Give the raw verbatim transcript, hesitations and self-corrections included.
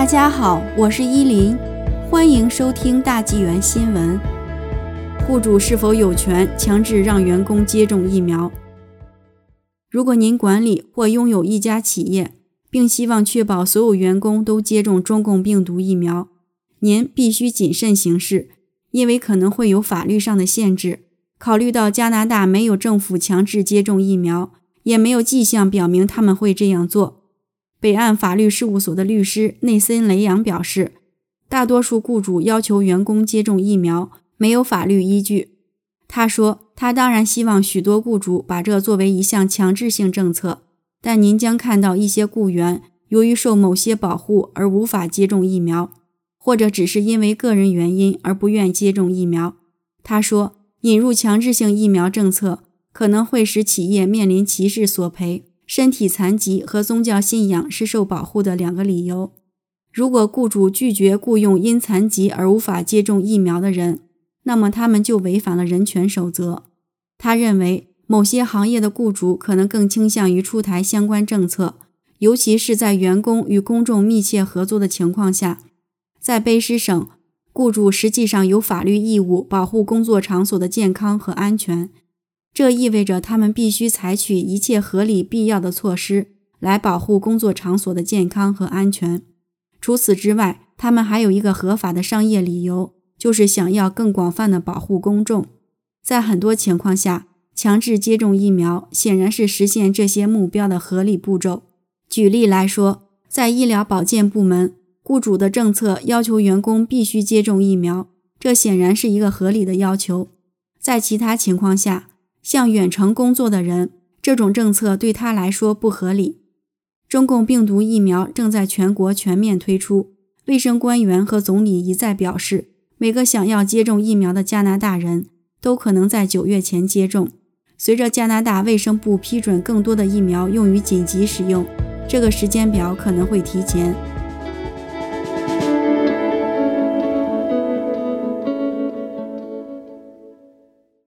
大家好，我是依林，欢迎收听大纪元新闻。雇主是否有权强制让员工接种疫苗？如果您管理或拥有一家企业，并希望确保所有员工都接种中共病毒疫苗，您必须谨慎行事，因为可能会有法律上的限制。考虑到加拿大没有政府强制接种疫苗，也没有迹象表明他们会这样做。北岸法律事务所的律师内森·雷扬表示，大多数雇主要求员工接种疫苗没有法律依据。他说，他当然希望许多雇主把这作为一项强制性政策，但您将看到一些雇员由于受某些保护而无法接种疫苗，或者只是因为个人原因而不愿接种疫苗。他说，引入强制性疫苗政策可能会使企业面临歧视索赔。身体残疾和宗教信仰是受保护的两个理由。如果雇主拒绝雇用因残疾而无法接种疫苗的人，那么他们就违反了人权守则。他认为，某些行业的雇主可能更倾向于出台相关政策，尤其是在员工与公众密切合作的情况下。在卑诗省，雇主实际上有法律义务保护工作场所的健康和安全。这意味着他们必须采取一切合理必要的措施来保护工作场所的健康和安全。除此之外，他们还有一个合法的商业理由，就是想要更广泛的保护公众。在很多情况下，强制接种疫苗显然是实现这些目标的合理步骤。举例来说，在医疗保健部门，雇主的政策要求员工必须接种疫苗，这显然是一个合理的要求。在其他情况下，像远程工作的人，这种政策对他来说不合理。中共病毒疫苗正在全国全面推出，卫生官员和总理一再表示，每个想要接种疫苗的加拿大人都可能在九月前接种。随着加拿大卫生部批准更多的疫苗用于紧急使用，这个时间表可能会提前。